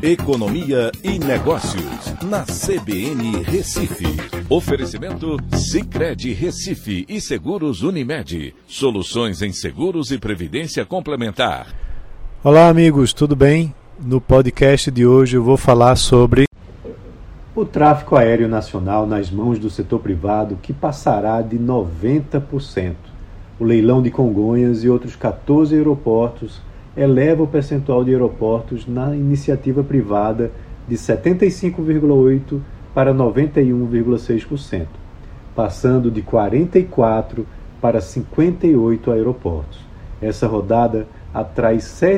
Economia e Negócios, na CBN Recife. Oferecimento Sicredi Recife e Seguros Unimed. Soluções em seguros e previdência complementar. Olá amigos, tudo bem? No podcast de hoje eu vou falar sobre o tráfego aéreo nacional nas mãos do setor privado, que passará de 90%. O leilão de Congonhas e outros 14 aeroportos eleva o percentual de aeroportos na iniciativa privada de 75,8% para 91,6%, passando de 44 para 58 aeroportos. Essa rodada atrai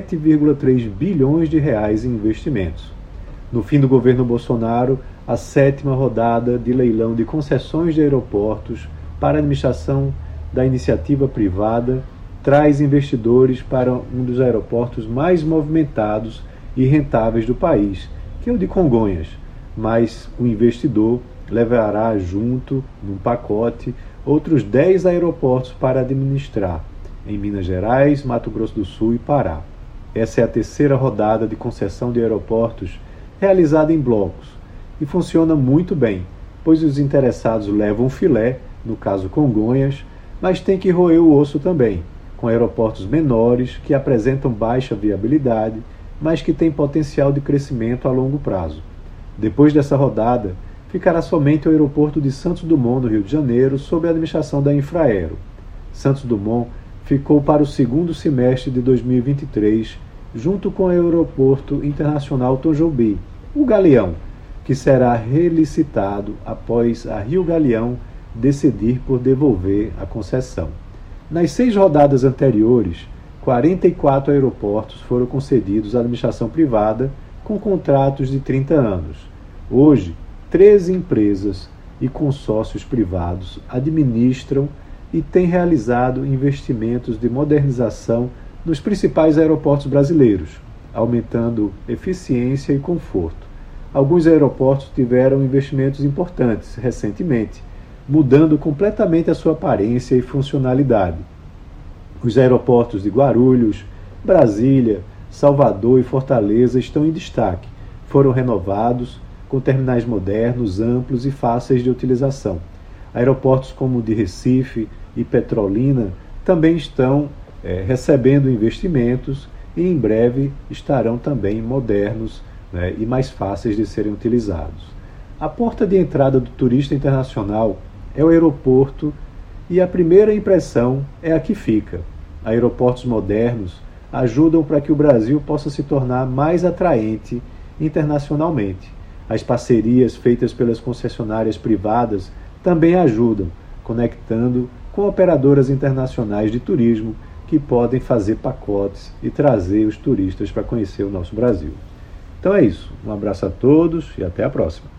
7,3 bilhões de reais em investimentos. No fim do governo Bolsonaro, a 7ª rodada de leilão de concessões de aeroportos para a administração da iniciativa privada traz investidores para um dos aeroportos mais movimentados e rentáveis do país, que é o de Congonhas, mas o investidor levará junto, num pacote, outros 10 aeroportos para administrar, em Minas Gerais, Mato Grosso do Sul e Pará. Essa é a 3ª rodada de concessão de aeroportos realizada em blocos e funciona muito bem, pois os interessados levam filé, no caso Congonhas, mas tem que roer o osso também, com aeroportos menores que apresentam baixa viabilidade, mas que têm potencial de crescimento a longo prazo. Depois dessa rodada, ficará somente o aeroporto de Santos Dumont, no Rio de Janeiro, sob a administração da Infraero. Santos Dumont ficou para o 2º semestre de 2023, junto com o Aeroporto Internacional Tom Jobim, o Galeão, que será relicitado após a Rio Galeão decidir por devolver a concessão. Nas 6 rodadas anteriores, 44 aeroportos foram concedidos à administração privada com contratos de 30 anos. Hoje, 13 empresas e consórcios privados administram e têm realizado investimentos de modernização nos principais aeroportos brasileiros, aumentando eficiência e conforto. Alguns aeroportos tiveram investimentos importantes recentemente, mudando completamente a sua aparência e funcionalidade. Os aeroportos de Guarulhos, Brasília, Salvador e Fortaleza estão em destaque. Foram renovados, com terminais modernos, amplos e fáceis de utilização. Aeroportos como o de Recife e Petrolina também estão recebendo investimentos e em breve estarão também modernos, e mais fáceis de serem utilizados. A porta de entrada do turista internacional é o aeroporto e a primeira impressão é a que fica. Aeroportos modernos ajudam para que o Brasil possa se tornar mais atraente internacionalmente. As parcerias feitas pelas concessionárias privadas também ajudam, conectando com operadoras internacionais de turismo que podem fazer pacotes e trazer os turistas para conhecer o nosso Brasil. Então é isso. Um abraço a todos e até a próxima.